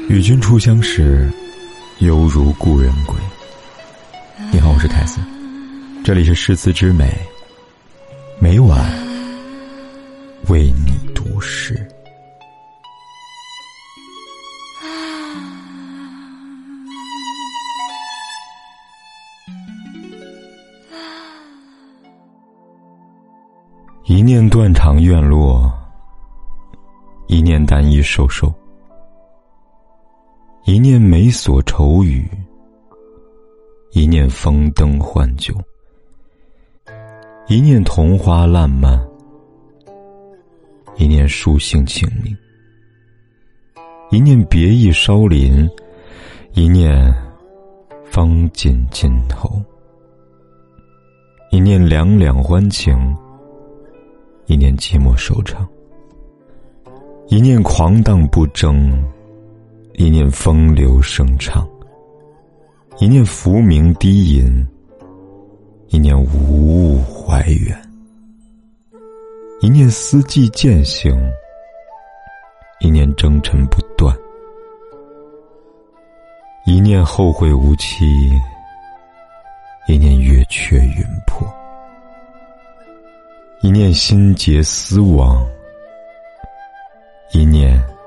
与君初相识，犹如故人归。你好，我是凯斯，这里是诗词之美，每晚为你读诗。一念断肠怨落，一念单衣瘦瘦，一念梅锁愁语，一念风灯换酒，一念桐花烂漫，一念书信清明，一念别意稍临，一念方尽尽头，一念两两欢情，一念寂寞收场，一念狂荡不争，一念风流声唱，一念浮名低吟，一念无物怀远，一念思寄渐行，一念征尘不断，一念后会无期，一念月缺云破，一念心结思往，一念